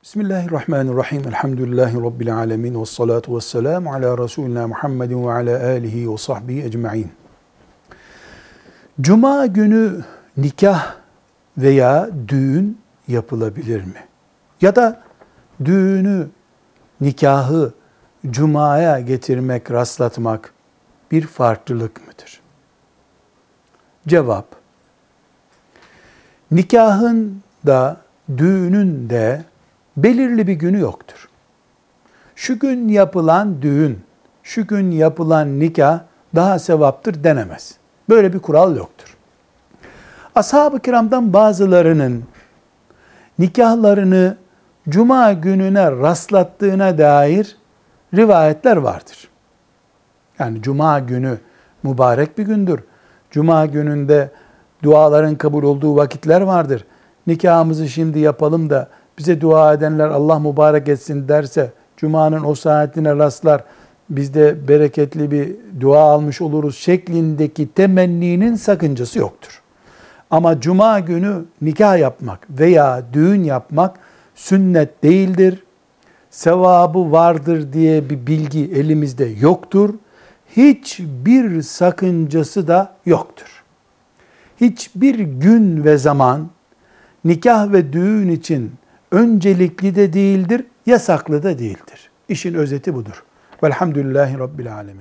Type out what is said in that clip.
Bismillahirrahmanirrahim. Elhamdülillahi Rabbil alemin. Vessalatu vesselamu ala Resulina Muhammedin ve ala alihi ve sahbihi ecma'in. Cuma günü nikah veya düğün yapılabilir mi? Ya da düğünü, nikahı cumaya getirmek, rastlatmak bir farklılık mıdır? Cevap: nikahın da düğünün de belirli bir günü yoktur. Şu gün yapılan düğün, şu gün yapılan nikah daha sevaptır denemez. Böyle bir kural yoktur. Ashab-ı kiramdan bazılarının nikahlarını cuma gününe rastlattığına dair rivayetler vardır. Yani cuma günü mübarek bir gündür. Cuma gününde duaların kabul olduğu vakitler vardır. Nikahımızı şimdi yapalım da bize dua edenler Allah mübarek etsin derse, Cuma'nın o saatine rastlar, biz de bereketli bir dua almış oluruz şeklindeki temenninin sakıncası yoktur. Ama Cuma günü nikah yapmak veya düğün yapmak sünnet değildir. Sevabı vardır diye bir bilgi elimizde yoktur. Hiçbir sakıncası da yoktur. Hiçbir gün ve zaman nikah ve düğün için öncelikli de değildir, yasaklı da değildir. İşin özeti budur. Velhamdülillahi Rabbil alemin.